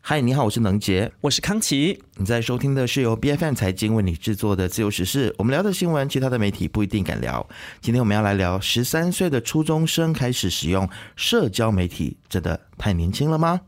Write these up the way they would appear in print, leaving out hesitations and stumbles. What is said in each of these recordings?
嗨，你好，我是能杰， 我是康琪。 你在收听的是由 BFM 财经为你制作的自由时事，我们聊的新闻，其他的媒体不一定敢聊。今天我们要来聊13岁的初中生开始使用社交媒体，真的太年轻了吗？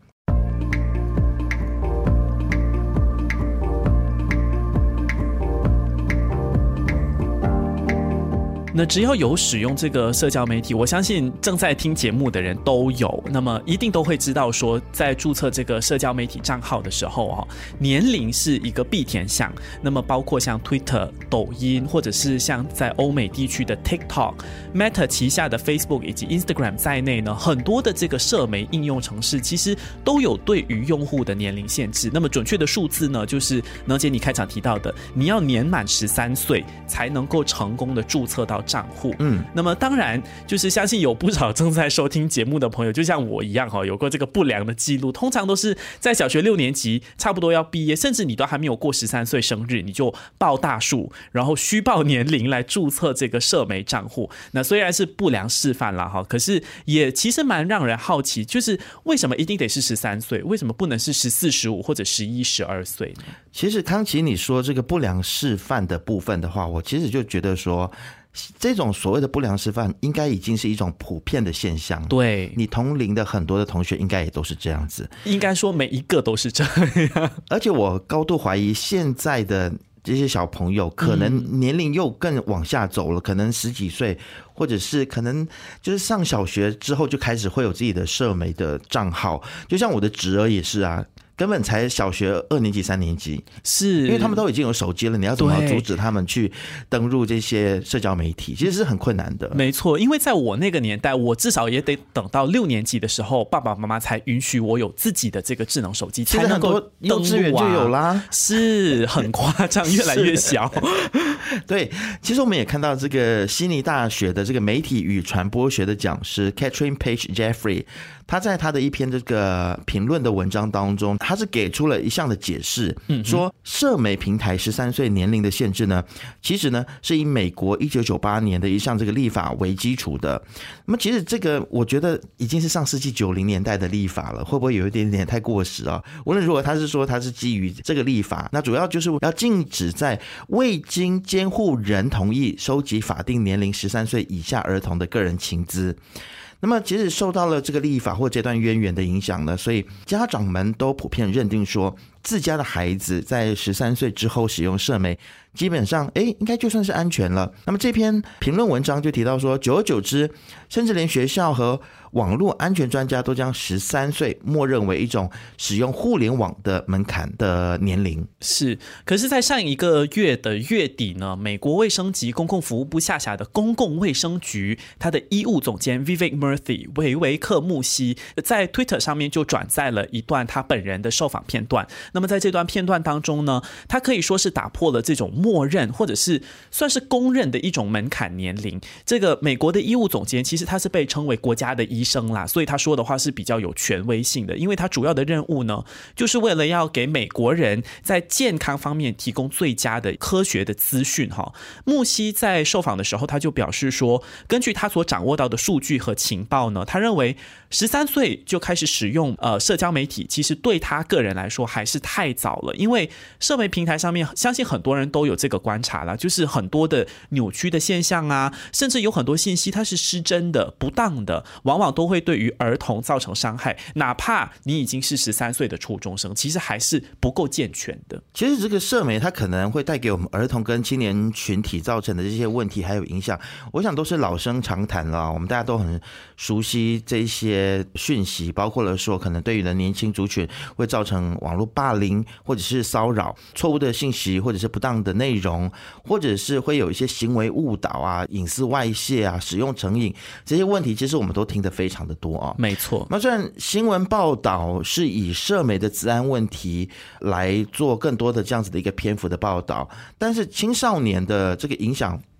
那只要有使用这个社交媒体，我相信正在听节目的人都有，那么一定都会知道说，在注册这个社交媒体账号的时候，年龄是一个必填项。那么包括像 Twitter、抖音，或者是像在欧美地区的 TikTok、Meta 旗下的 Facebook 以及 Instagram 在内呢，很多的这个社媒应用程式其实都有对于用户的年龄限制。那么准确的数字呢，就是能姐你开场提到的，你要年满13岁才能够成功的注册到账户。那么当然就是相信有不少正在收听节目的朋友，就像我一样有过这个不良的记录，通常都是在小学6年级差不多要毕业，甚至你都还没有过13岁生日，你就报大数，然后虚报年龄来注册这个社媒账户。那虽然是不良示范啦，可是也其实蛮让人好奇，就是为什么一定得是13岁，为什么不能是14、15或者11、12岁呢？ 其实康琪你说这个不良示范的部分的话，我其实就觉得说这种所谓的不良示范应该已经是一种普遍的现象。 对， 你同龄的很多的同学应该也都是这样子， 应该说每一个都是这样。 而且我高度怀疑现在的这些小朋友可能年龄又更往下走了，可能10几岁，或者是可能就是上小学之后就开始会有自己的社媒的账号。就像我的侄儿也是啊，根本才小学2年级3年级， 是因为他们都已经有手机了，你要怎么阻止他们去登入这些社交媒体，其实是很困难的。 没错，因为在我那个年代，我至少也得等到6年级的时候，爸爸妈妈才允许我有自己的这个智能手机，才能够幼稚园就有啦， 是很夸张，越来越小。 对，其实我们也看到这个悉尼大学的这个媒体与传播学的讲师 Catherine Page Jeffrey， 他在他的一篇这个评论的文章当中，他是给出了一项的解释，说社媒平台13岁年龄的限制呢，其实呢是以美国1998年的一项这个立法为基础的。那么其实这个我觉得已经是上世纪90年代的立法了，会不会有一点点太过时啊？无论如何，他是说他是基于这个立法，那主要就是要禁止在未经监护人同意收集法定年龄13岁以下儿童的个人情资。那么其实受到了这个立法或这段渊源的影响呢，所以家长们都普遍认定说，自家的孩子在13岁之后使用社媒，基本上应该就算是安全了。那么这篇评论文章就提到说，久而久之，甚至连学校和网络安全专家都将13岁默认为一种使用互联网的门槛的年龄。 是，可是在上一个月的月底呢，美国卫生及公共服务部下辖的公共卫生局，他的医务总监 Vivek Murthy 维克穆西在 Twitter 上面就转载了一段他本人的受访片段。那么在这段片段当中呢，他可以说是打破了这种默认或者是算是公认的一种门槛年龄。这个美国的医务总监其实他是被称为国家的医生啦，所以他说的话是比较有权威性的，因为他主要的任务呢，就是为了要给美国人在健康方面提供最佳的科学的资讯。穆西在受访的时候他就表示说，根据他所掌握到的数据和情报呢，他认为13岁就开始使用社交媒体，其实对他个人来说还是太早了。因为社媒平台上面相信很多人都有这个观察啦，就是很多的扭曲的现象啊，甚至有很多信息它是失真的、不当的，往往都会对于儿童造成伤害，哪怕你已经是13岁的初中生，其实还是不够健全的。 其实这个社媒它可能会带给我们儿童跟青年群体造成的这些问题还有影响，我想都是老生常谈了，我们大家都很熟悉这些讯息，包括了说可能对于的年轻族群会造成网络霸凌或者是骚扰、错误的信息或者是不当的内容，或者是会有一些行为误导啊、隐私外泄啊、使用成瘾，这些问题其实我们都听得非常的多啊。 没错， 那虽然新闻报道是以社媒的治安问题来做更多的这样子的一个篇幅的报道，但是青少年的这个影响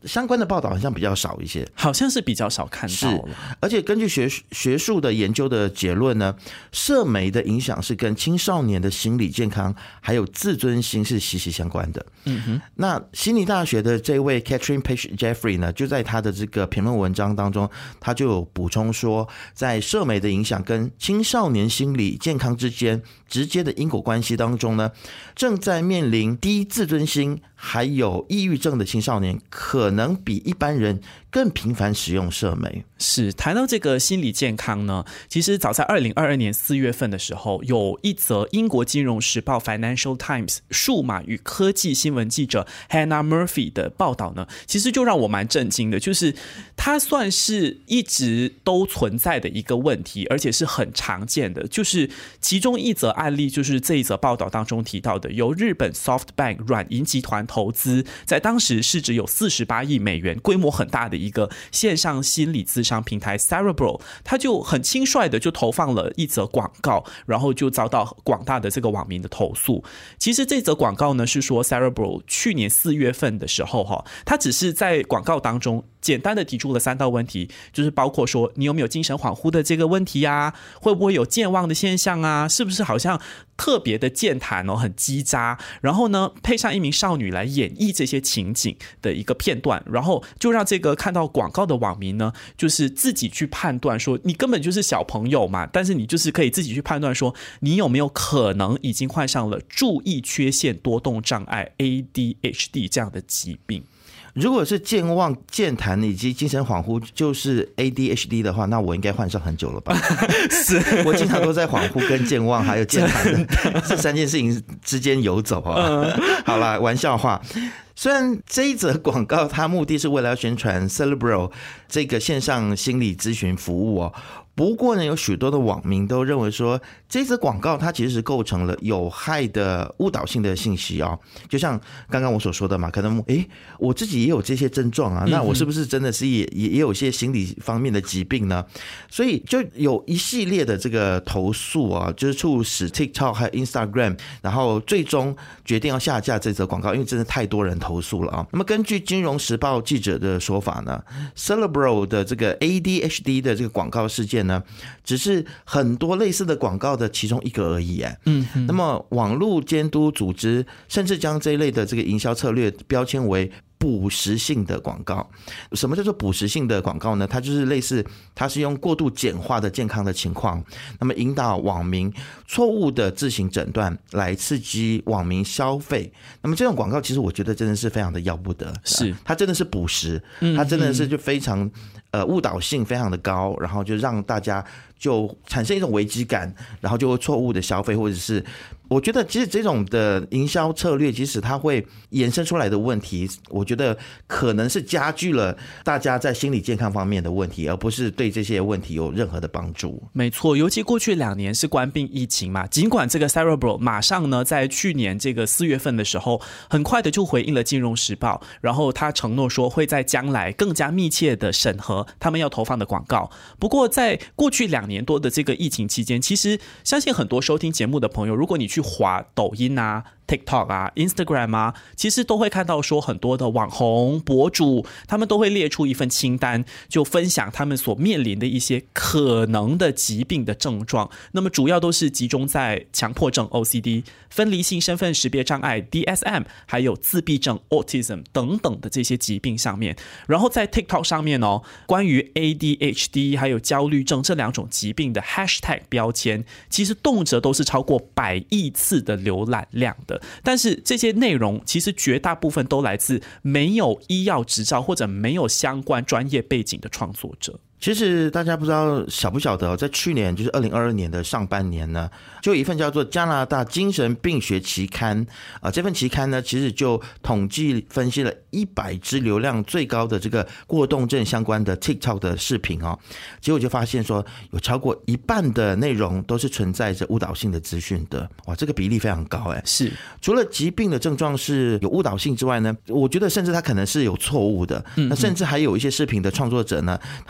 相关的报道好像比较少一些， 好像是比较少看到了。 而且根据学术的研究的结论呢，社媒的影响是跟青少年的心理健康还有自尊心是息息相关的。那悉尼大学的这位 Catherine Page Jeffrey 呢，就在他的这个评论文章当中，他就有补充说，在社媒的影响跟青少年心理健康之间直接的因果关系当中呢，正在面临低自尊心还有抑郁症的青少年可能比一般人更频繁使用社媒。 是，谈到这个心理健康呢，其实早在2022年4月份的时候，有一则英国金融时报 Financial Times 数码与科技新闻记者 Hannah Murphy 的报道呢，其实就让我蛮震惊的，就是它算是一直都存在的一个问题，而且是很常见的。就是其中一则案例，就是这一则报道当中提到的，由日本 SoftBank 软银集团投资，在当时市值有48亿美元，规模很大的一个线上心理咨商平台 Cerebral， 他就很轻率的就投放了一则广告，然后就遭到广大的这个网民的投诉。其实这则广告呢，是说 Cerebral 去年4月份的时候，他只是在广告当中简单的提出了3道问题，就是包括说你有没有精神恍惚的这个问题啊，会不会有健忘的现象啊，是不是好像特别的健谈很叽喳，然后呢配上一名少女来演绎这些情景的一个片段，然后就让这个看到广告的网民呢，就是自己去判断说你根本就是小朋友嘛，但是你就是可以自己去判断说你有没有可能已经患上了注意缺陷多动障碍 ADHD 这样的疾病。 如果是健忘、健谈以及精神恍惚就是 ADHD 的话，那我应该患上很久了吧？ 是我经常都在恍惚、跟健忘还有健谈这3件事情之间游走好啦，玩笑话。虽然这一则广告它目的是为了要宣传 Cerebral 这个线上心理咨询服务不过呢，有许多的网民都认为说，这则广告它其实是构成了有害的误导性的信息就像刚刚我所说的嘛，可能我自己也有这些症状啊，那我是不是真的是也有一些心理方面的疾病呢？所以就有一系列的这个投诉就是促使 TikTok 还有 Instagram， 然后最终决定要下架这则广告，因为真的太多人投诉了那么根据金融时报记者的说法呢， Cerebral 的这个 ADHD 的这个广告事件呢，只是很多类似的广告的其中一个而已那么网络监督组织甚至将这一类的这个营销策略标签为捕食性的广告。什么叫做捕食性的广告呢？它就是类似，它是用过度简化的健康的情况，那么引导网民错误的自行诊断，来刺激网民消费。那么这种广告其实我觉得真的是非常的要不得， 是它真的是捕食，它真的是就非常误导性非常的高，然后就让大家就产生一种危机感，然后就会错误的消费，或者是我觉得其实这种的营销策略，即使它会衍生出来的问题，我觉得可能是加剧了大家在心理健康方面的问题，而不是对这些问题有任何的帮助。 没错，尤其过去2年是冠病疫情嘛，尽管这个 Cerebral 马上呢在去年这个4月份的时候，很快的就回应了金融时报，然后他承诺说会在将来更加密切的审核他们要投放的广告。不过在过去2年多的这个疫情期间，其实相信很多收听节目的朋友，如果你去滑抖音啊、TikTok 啊、Instagram 啊，其实都会看到说很多的网红博主，他们都会列出一份清单，就分享他们所面临的一些可能的疾病的症状。那么主要都是集中在强迫症 OCD、分离性身份识别障碍 DSM， 还有自闭症 Autism 等等的这些疾病上面。然后在 TikTok 上面关于 ADHD 还有焦虑症这2种疾病的 Hashtag 标签，其实动辄都是超过100亿次的浏览量的。但是这些内容其实绝大部分都来自没有医药执照或者没有相关专业背景的创作者。 其实大家不知道晓不晓得在去年就是2022年的上半年呢，就有一份叫做加拿大精神病学期刊这份期刊呢，其实就统计分析了100支流量最高的这个过动症相关的 TikTok 的视频结果就发现说有超过一半的内容都是存在着误导性的资讯的。哇，这个比例非常高是除了疾病的症状是有误导性之外呢，我觉得甚至它可能是有错误的那甚至还有一些视频的创作者呢，他们所建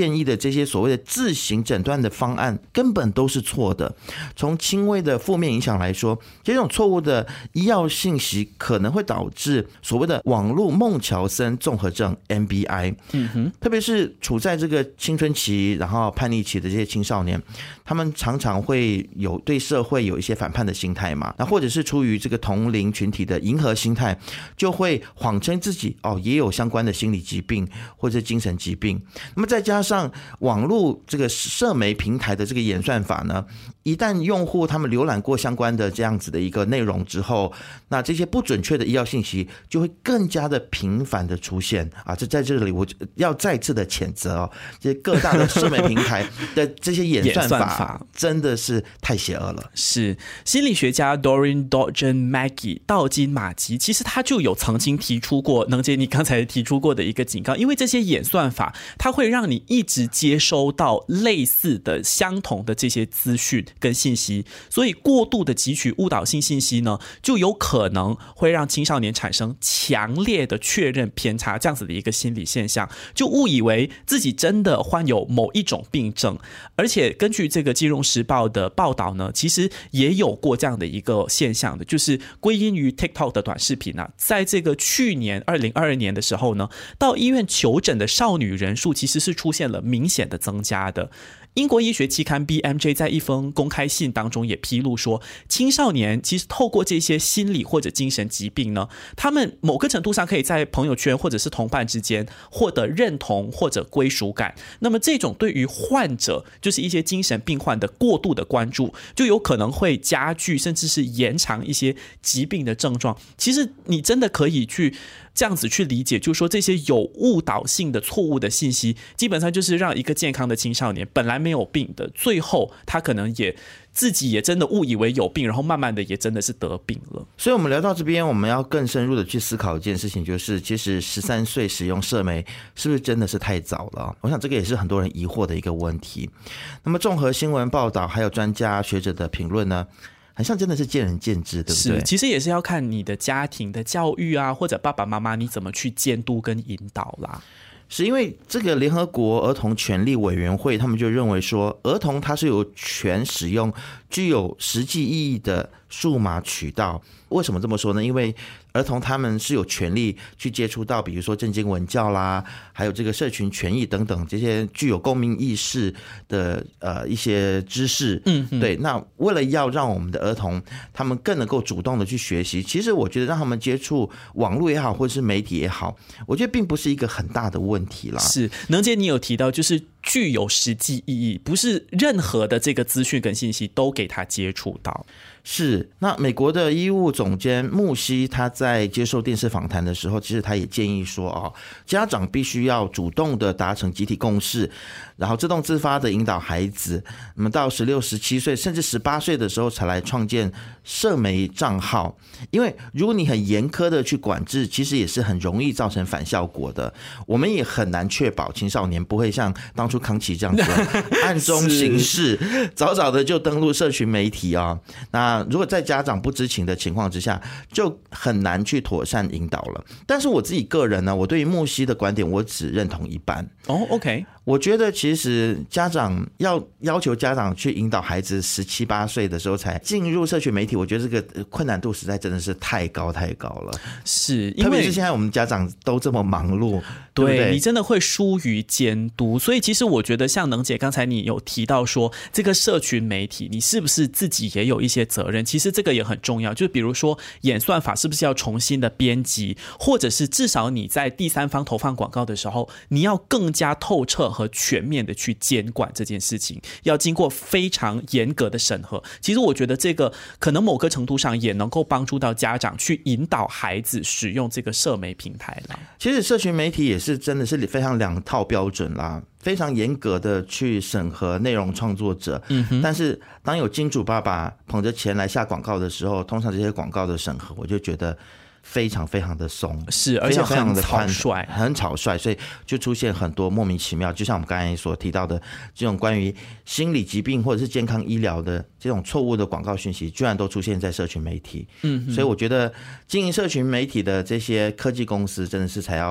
建议的这些所谓的自行诊断的方案根本都是错的。从轻微的负面影响来说，这种错误的医药信息可能会导致所谓的网络孟乔森综合症 MBI。特别是处在这个青春期然后叛逆期的这些青少年，他们常常会有对社会有一些反叛的心态嘛，那或者是出于这个同龄群体的迎合心态，就会谎称自己也有相关的心理疾病或者精神疾病。那么再加上网络这个社媒平台的这个演算法呢，一旦用户他们浏览过相关的这样子的一个内容之后，那这些不准确的医药信息就会更加的频繁的出现啊！这在这里我要再次的谴责这些各大的社媒平台的这些演算法真的是太邪恶了。 是心理学家 Doreen Dodgen-Maggie 道金马吉，其实他就有曾经提出过能杰你刚才提出过的一个警告，因为这些演算法它会让你一直接收到类似的相同的这些资讯跟信息，所以过度的汲取误导性信息呢，就有可能会让青少年产生强烈的确认偏差这样子的一个心理现象，就误以为自己真的患有某一种病症。而且根据这个金融时报的报道呢，其实也有过这样的一个现象的，就是归因于 TikTok 的短视频啊，在这个去年2022年的时候呢，到医院求诊的少女人数其实是出现了明显的增加的。英国医学期刊 BMJ 在一封公开信当中也披露说，青少年其实透过这些心理或者精神疾病呢，他们某个程度上可以在朋友圈或者是同伴之间获得认同或者归属感。那么这种对于患者，就是一些精神病患的过度的关注，就有可能会加剧甚至是延长一些疾病的症状。其实你真的可以去这样子去理解，就是说这些有误导性的错误的信息，基本上就是让一个健康的青少年本来没有病的，最后他可能也自己也真的误以为有病，然后慢慢的也真的是得病了。 所以我们聊到这边，我们要更深入的去思考一件事情，就是其实13岁使用社媒是不是真的是太早了？我想这个也是很多人疑惑的一个问题。那么综合新闻报道还有专家学者的评论呢，好像真的是见仁见智，对不对？ 是，其实也是要看你的家庭的教育啊，或者爸爸妈妈你怎么去监督跟引导啦。 是因为这个联合国儿童权利委员会，他们就认为说，儿童他是有权使用具有实际意义的数码渠道。为什么这么说呢？因为儿童他们是有权利去接触到比如说政经文教啦，还有这个社群权益等等这些具有公民意识的一些知识。对。那为了要让我们的儿童他们更能够主动的去学习，其实我觉得让他们接触网络也好或者是媒体也好，我觉得并不是一个很大的问题啦。 是，能杰你有提到就是具有实际意义，不是任何的这个资讯跟信息都给他接触到。 是，那美国的医务总监穆希他在接受电视访谈的时候，其实他也建议说家长必须要主动的达成集体共识，然后自动自发的引导孩子，那么到16、17岁甚至18岁的时候才来创建社媒账号。因为如果你很严苛的去管制，其实也是很容易造成反效果的。我们也很难确保青少年不会像当初康琪这样子暗中行事，早早的就登录社群媒体啊。那如果在家长不知情的情况之下，就很难去妥善引导了。但是我自己个人呢，我对于穆希的观点我只认同一半。 OK， 我觉得其实家长要求家长去引导孩子17、18岁的时候才进入社群媒体，我觉得这个困难度实在真的是太高了。 是，因为特别是现在我们家长都这么忙碌，对不对？ 你真的会疏于监督。所以其实我觉得像能姐刚才你有提到说，这个社群媒体你是不是自己也有一些责任，其实这个也很重要。就比如说演算法是不是要重新的编辑，或者是至少你在第三方投放广告的时候，你要更加透彻和全面的去监管这件事情，要经过非常严格的审核。其实我觉得这个可能某个程度上也能够帮助到家长去引导孩子使用这个社媒平台啦。 其实社群媒体也是真的是非常两套标准啦，非常严格的去审核内容创作者。但是当有金主爸爸捧着钱来下广告的时候，通常这些广告的审核我就觉得非常的松， 是，而且很草率， 所以就出现很多莫名其妙，就像我们刚才所提到的这种关于心理疾病或者是健康医疗的这种错误的广告讯息，居然都出现在社群媒体。所以我觉得经营社群媒体的这些科技公司真的是才要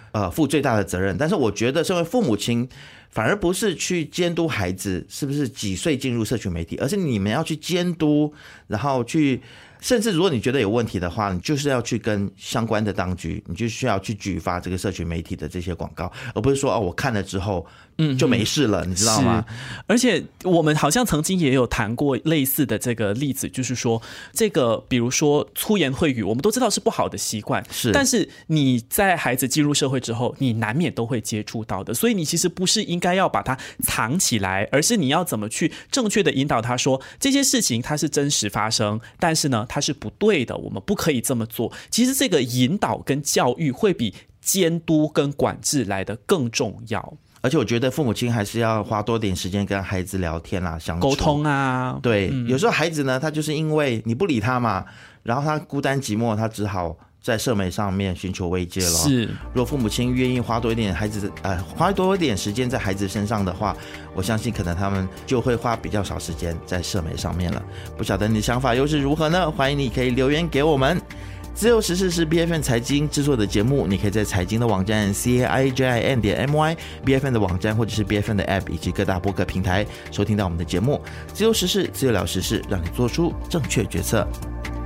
负最大的责任。但是我觉得身为父母亲，反而不是去监督孩子是不是几岁进入社群媒体，而是你们要去监督，然后去，甚至如果你觉得有问题的话，你就是要去跟相关的当局，你就需要去举发这个社群媒体的这些广告，而不是说我看了之后就没事了，你知道吗？ 而且我们好像曾经也有谈过类似的这个例子，就是说这个比如说粗言秽语，我们都知道是不好的习惯，但是你在孩子进入社会之后，你难免都会接触到的，所以你其实不是应该要把它藏起来，而是你要怎么去正确的引导他说这些事情它是真实发生，但是呢它是不对的，我们不可以这么做。其实这个引导跟教育会比监督跟管制来得更重要。 而且我觉得父母亲还是要花多点时间跟孩子聊天啦，相处沟通啊。 对，有时候孩子呢，他就是因为你不理他嘛，然后他孤单寂寞，他只好在社媒上面寻求慰藉了。 是， 如果父母亲愿意花多一点花多一点时间在孩子身上的话，我相信可能他们就会花比较少时间在社媒上面了。不晓得你的想法又是如何呢？欢迎你可以留言给我们。自由时事是 BFM 财经制作的节目，你可以在财经的网站 CAIJIN.MY、BFM 的网站或者是 BFM 的 App 以及各大播客平台收听到我们的节目。自由时事，自由聊时事，让你做出正确决策。